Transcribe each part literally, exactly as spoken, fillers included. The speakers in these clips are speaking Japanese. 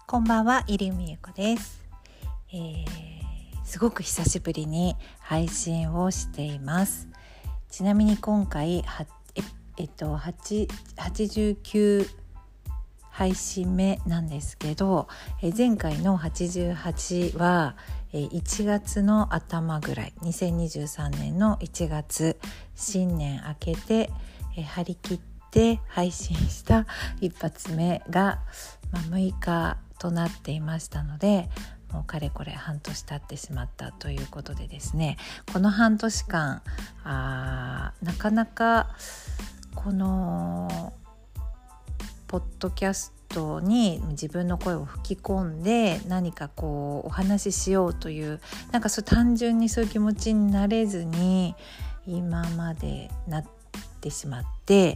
こんばんは、入海優子です、えー、すごく久しぶりに配信をしています。ちなみに今回はえ、えっと、はちじゅうきゅう配信目なんですけど、え前回のはちじゅうはちは、えいちがつの頭ぐらい、にせんにじゅうさんねんのいちがつ、新年明けて、え張り切って配信した一発目が、まあ、むいかとなっていましたので、もうかれこれ半年経ってしまったということでですね、この半年間あなかなかこのポッドキャストに自分の声を吹き込んで何かこうお話ししようという、なんかそう単純にそういう気持ちになれずに今までなってしまって、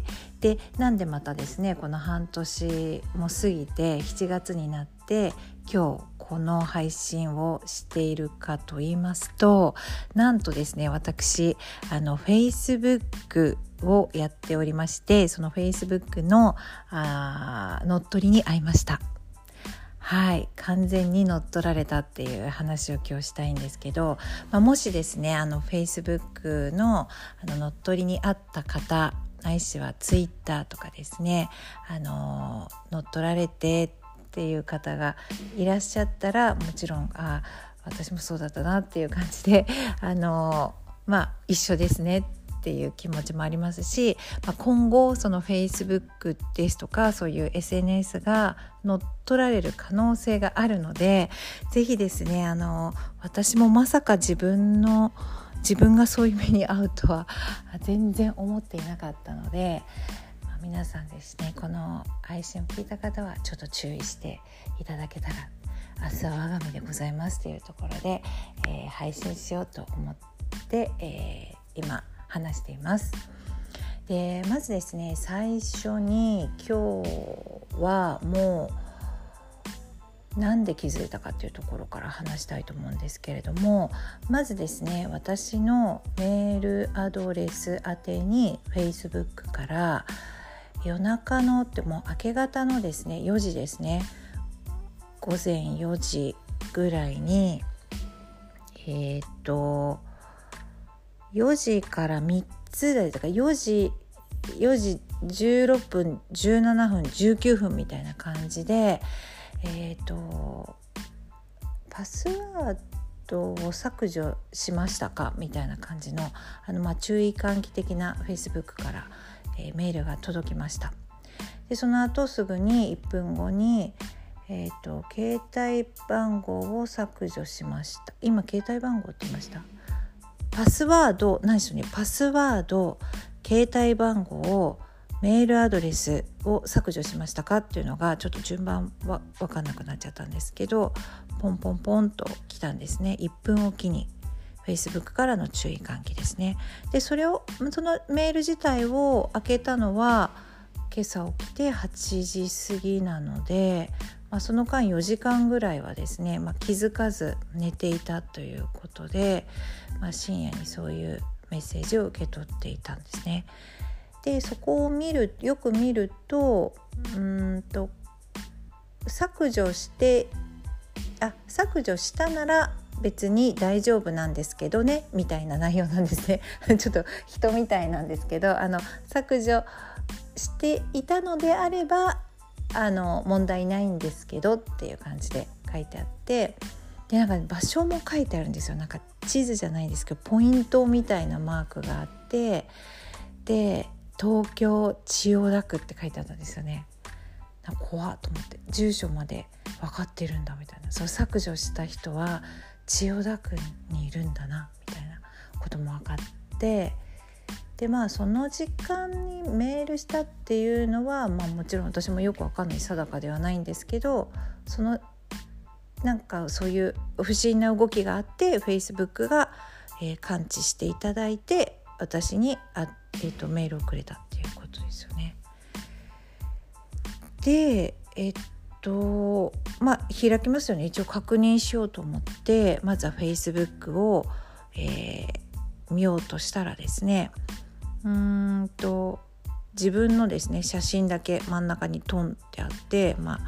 でなんでまたですね、この半年も過ぎてしちがつになって今日この配信をしているかと言いますと、なんとですね、私あの Facebook をやっておりまして、その Facebook のあ乗っ取りに遭いました。はい、完全に乗っ取られたっていう話を今日したいんですけど、まあ、もしですね、あの Facebook の、あの乗っ取りにあった方、ないしは Twitter とかですね、あの乗っ取られてっていう方がいらっしゃったら、もちろんあ私もそうだったなっていう感じで、あのまあ一緒ですねっていう気持ちもありますし、まあ、今後その Facebook ですとかそういう エスエヌエス が乗っ取られる可能性があるので、ぜひですね、あの私もまさか自分の自分がそういう目に遭うとは全然思っていなかったので、まあ、皆さんですね、この配信を聞いた方はちょっと注意していただけたら、明日は我が身でございますというところで、えー、配信しようと思って、えー、今話しています。でまずですね、最初に今日はもうなんで気づいたかというところから話したいと思うんですけれども、まずですね、私のメールアドレス宛てに Facebook から夜中のってもう明け方のですねよじですね、午前よじぐらいにえー、っとよじからみっつだからよじよじじゅうろっぷんじゅうななふんじゅうきゅうふんみたいな感じで、えー、とパスワードを削除しましたかみたいな感じの、あの、まあ、注意喚起的な Facebook から、えー、メールが届きました。でその後すぐにいっぷんごに、えー、と携帯番号を削除しました。今携帯番号って言いました？パスワード、何でしょうね、パスワード、携帯番号、メールアドレスを削除しましたかっていうのがちょっと順番は分かんなくなっちゃったんですけど、ポンポンポンと来たんですね。いっぷんおきに Facebook からの注意喚起ですね。でそれをそのメール自体を開けたのは今朝起きてはちじ過ぎなので、まあ、その間よじかんぐらいはですね、まあ、気づかず寝ていたということで、まあ、深夜にそういうメッセージを受け取っていたんですね。でそこを見るよく見ると、うーんと削除してあ削除したなら別に大丈夫なんですけどねみたいな内容なんですね。ちょっと人みたいなんですけど、あの削除していたのであればあの問題ないんですけどっていう感じで書いてあって、でなんか場所も書いてあるんですよ。なんか地図じゃないんですけどポイントみたいなマークがあって、で東京千代田区って書いてあったんですよね。なんか怖っと思って、住所まで分かってるんだみたいな、そう削除した人は千代田区にいるんだなみたいなことも分かって、でまあその時間にメールしたっていうのは、まあ、もちろん私もよく分かんない定かではないんですけど、そのなんかそういう不審な動きがあって Facebook が、えー、感知していただいて私にあ、えー、とメールをくれたっていうことですよね。でえっとまあ開きますよね。一応確認しようと思ってまずは Facebook を、えー、見ようとしたらですね、うーんと自分のですね写真だけ真ん中にトンってあって、まあ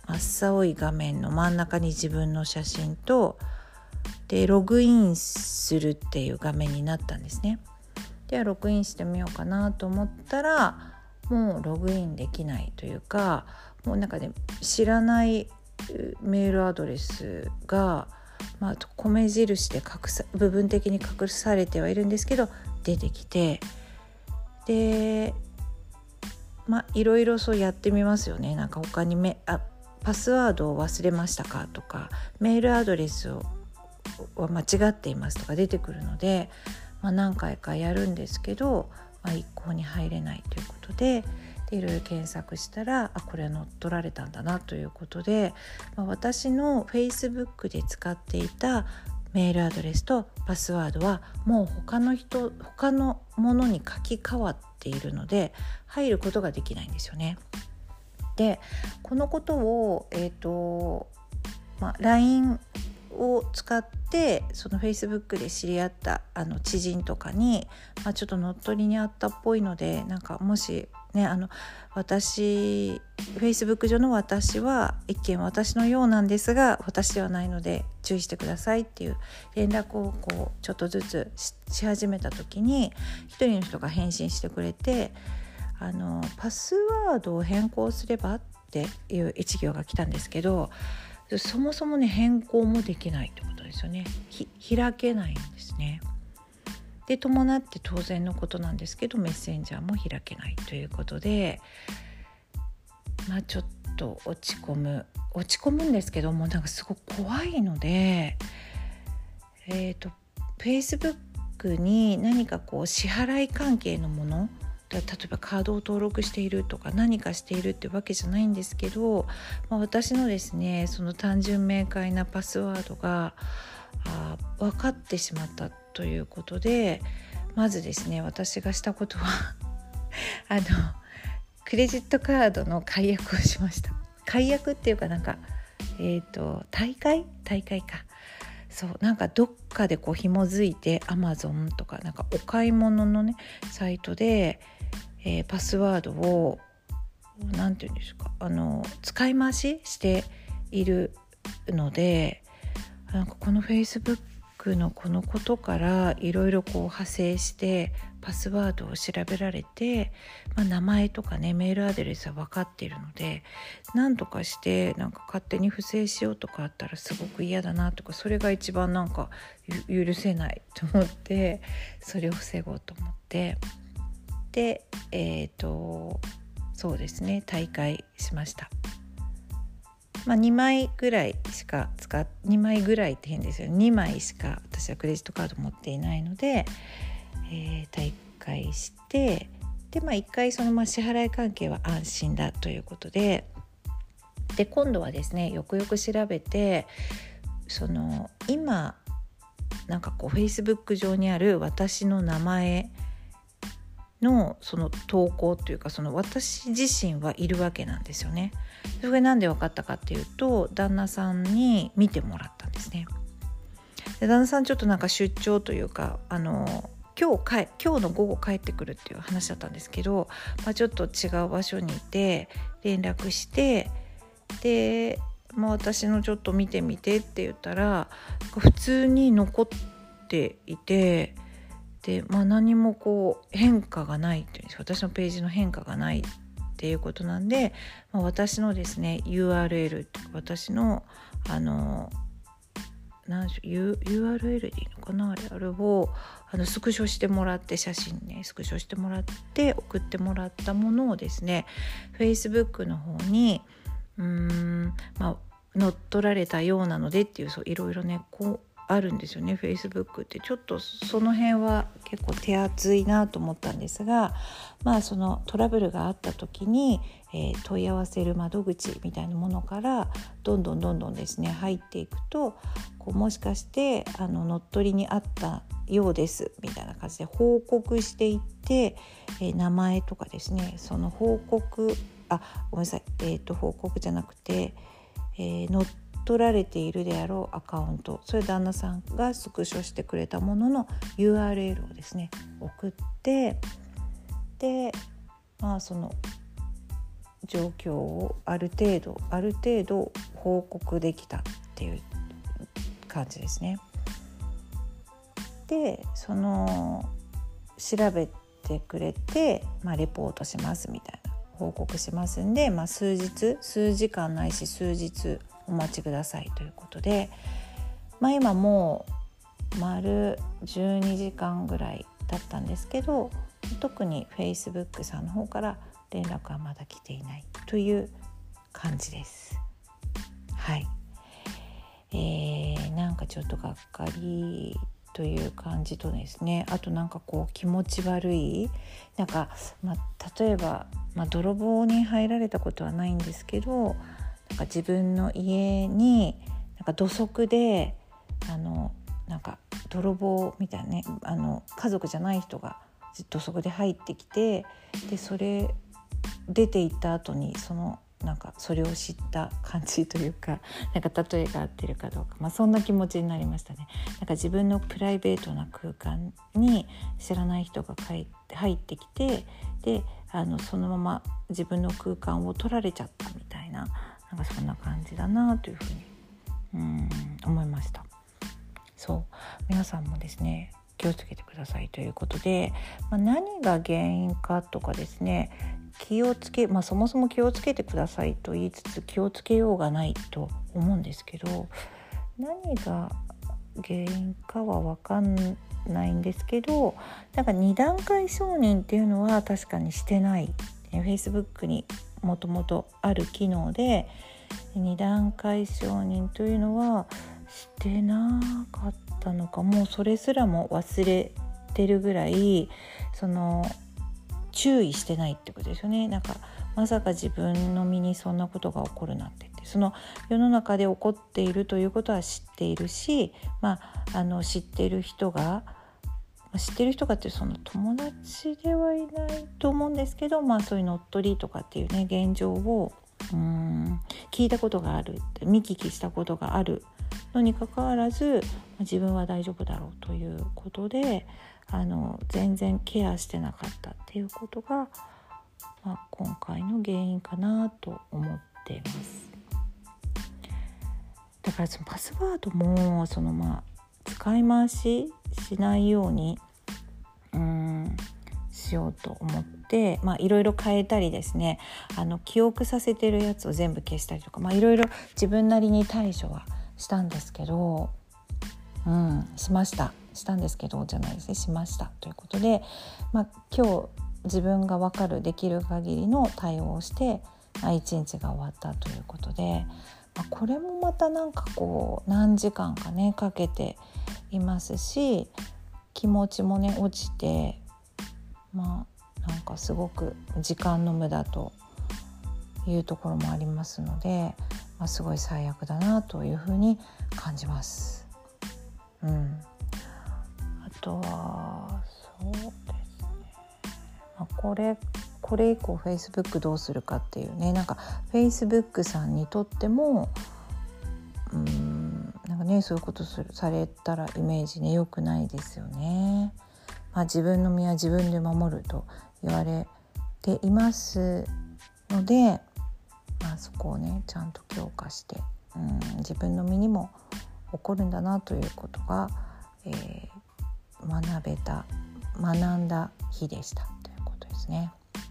真っ青い画面の真ん中に自分の写真とでログインするっていう画面になったんですね。ではログインしてみようかなと思ったらもうログインできないというか、もうなんかね知らないメールアドレスが、まあ、米印で隠さ部分的に隠されてはいるんですけど出てきて、でまあいろいろそうやってみますよね。なんか他にめあパスワードを忘れましたかとかメールアドレスをは間違っていますとか出てくるので、まあ、何回かやるんですけど、まあ、一向に入れないということで、でいろいろ検索したらあこれは乗っ取られたんだなということで、まあ、私の Facebook で使っていたメールアドレスとパスワードはもう他の人他のものに書き換わっているので入ることができないんですよね。でこのことを、えーとまあ、ライン を使ってその Facebook で知り合ったあの知人とかに、まあ、ちょっと乗っ取りにあったっぽいので、なんかもしねあの私 Facebook 上の私は一見私のようなんですが私ではないので注意してくださいっていう連絡をこうちょっとずつ し, し始めた時に一人の人が返信してくれて、あのパスワードを変更すればっていう一行が来たんですけど、そもそもね変更もできないってことですよね。ひ開けないんですね。で伴って当然のことなんですけどメッセンジャーも開けないということで、まあちょっと落ち込む落ち込むんですけども、なんかすごく怖いので、えーと Facebook に何かこう支払い関係のもの、例えばカードを登録しているとか何かしているってわけじゃないんですけど、まあ、私のですねその単純明快なパスワードがあ分かってしまったということで、まずですね私がしたことはあのクレジットカードの解約をしました。解約っていうかなんかえっと大会大会かそうなんかどっかでこう紐づいて Amazon とかなんかお買い物のねサイトで、えー、パスワードをなんていうんですかあの使い回ししているので、なんかこの Facebook のこのことからいろいろこう派生してパスワードを調べられて、まあ、名前とかねメールアドレスは分かっているので何とかしてなんか勝手に不正しようとかあったらすごく嫌だなとか、それが一番なんか許せないと思ってそれを防ごうと思ってでえっとそうですね退会しました。まあ、にまいぐらいしか使っにまいぐらいって変ですよね。にまいしか私はクレジットカード持っていないので、えー、退会してで、まあ、いっかいそのまあ支払い関係は安心だということで、で今度はですねよくよく調べてその今なんかこう Facebook 上にある私の名前のその投稿というかその私自身はいるわけなんですよね。それがなんで分かったかっていうと旦那さんに見てもらったんですね。で旦那さんちょっとなんか出張というかあの今日帰今日の午後帰ってくるっていう話だったんですけど、まあ、ちょっと違う場所にいて連絡してで、まあ、私のちょっと見てみてって言ったら普通に残っていてで、まあ、何もこう変化がないっていうんですか、私のページの変化がないっていうことなんで、まあ、私のですね ユーアールエル 私のあの何でしょう ユーアールエル でいいのかなあれあれをあのスクショしてもらって写真ねスクショしてもらって送ってもらったものをですね Facebook の方にうーんまあ乗っ取られたようなのでっていうそういろいろねこうあるんですよね。 Facebook ってちょっとその辺は結構手厚いなと思ったんですが、まあそのトラブルがあった時に、えー、問い合わせる窓口みたいなものからどんどんどんどんですね入っていくとこうもしかしてあの乗っ取りにあったようですみたいな感じで報告していって、えー、名前とかですねその報告あごめんなさい、えー、と報告じゃなくて、えー、乗っ取られているであろうアカウント、それ旦那さんがスクショしてくれたものの ユーアールエル をですね送ってでまあその状況をある程度ある程度報告できたっていう感じですね。でその調べてくれて、まあ、レポートしますみたいな報告しますんで、まあ、数日数時間ないし数日お待ちくださいということで、まあ、今もう丸じゅうにじかんぐらい経ったんですけど、特に Facebook さんの方から連絡はまだ来ていないという感じです。はい、えー、なんかちょっとがっかりという感じとですね、あとなんかこう気持ち悪い、なんか、まあ、例えば、まあ、泥棒に入られたことはないんですけど、なんか自分の家になんか土足であのなんか泥棒みたいなね、あの家族じゃない人が土足で入ってきて、でそれ出て行った後にそのなんかそれを知った感じというか、なんか例えが合ってるかどうか、まあ、そんな気持ちになりましたね。なんか自分のプライベートな空間に知らない人が入ってきて、であのそのまま自分の空間を取られちゃったみたいな、なんかそんな感じだなというふうにうん思いました。そう皆さんもですね気をつけてくださいということで、まあ、何が原因かとかですね、気をつけ、まあ、そもそも気をつけてくださいと言いつつ気をつけようがないと思うんですけど、何が原因かは分かんないんですけど、なんかに段階承認っていうのは確かにしてない、Facebook にもともとある機能でに段階承認というのはしてなかったのか、もうそれすらも忘れてるぐらいその注意してないってことですよね。なんかまさか自分の身にそんなことが起こるなんてって、その世の中で起こっているということは知っているし、まあ、あの知っている人が知っている人がってその友達ではいないと思うんですけど、まあ、そういう乗っ取りとかっていうね現状をうーん聞いたことがある、見聞きしたことがあるのにかかわらず、自分は大丈夫だろうということであの全然ケアしてなかったっていうことが、まあ、今回の原因かなと思っています。だからそのパスワードもその、まあ、使い回ししないようにうーんしようと思って、まあ、いろいろ変えたりですね、あの記憶させてるやつを全部消したりとか、まあ、いろいろ自分なりに対処はしたんですけど、うん、しましたしたんですけどじゃないですねしましたということで、まあ、今日自分が分かるできる限りの対応をして、まあ、一日が終わったということで、まあ、これもまたなんかこう何時間かねかけていますし、気持ちもね落ちて、まあなんかすごく時間の無駄というところもありますので、まあ、すごい最悪だなというふうに感じます。うん、あとはそうですね、まあ、これこれ以降 Facebook どうするかっていうね、なんか Facebook さんにとってもうーんなんかねそういうことするされたらイメージね良くないですよね。まあ、自分の身は自分で守ると言われていますので、まあ、そこをねちゃんと強化して、うん、自分の身にも起こるんだなということが、えー、学べた学んだ日でしたということですね。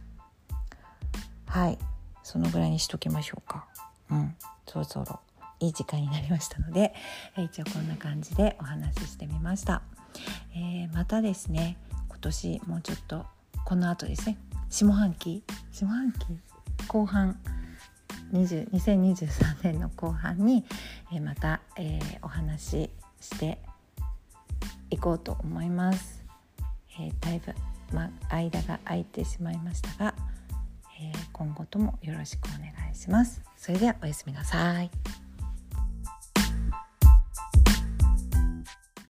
はい、そのぐらいにしときましょうか。うん、そろそろいい時間になりましたので、一応こんな感じでお話ししてみました。えー、またですね今年もうちょっとこの後ですね下半期下半期後半にせんにじゅうさんねんの後半に、えー、また、えー、お話ししていこうと思います。えー、だいぶ、ま、間が空いてしまいましたが、えー、今後ともよろしくお願いします。それではおやすみなさい。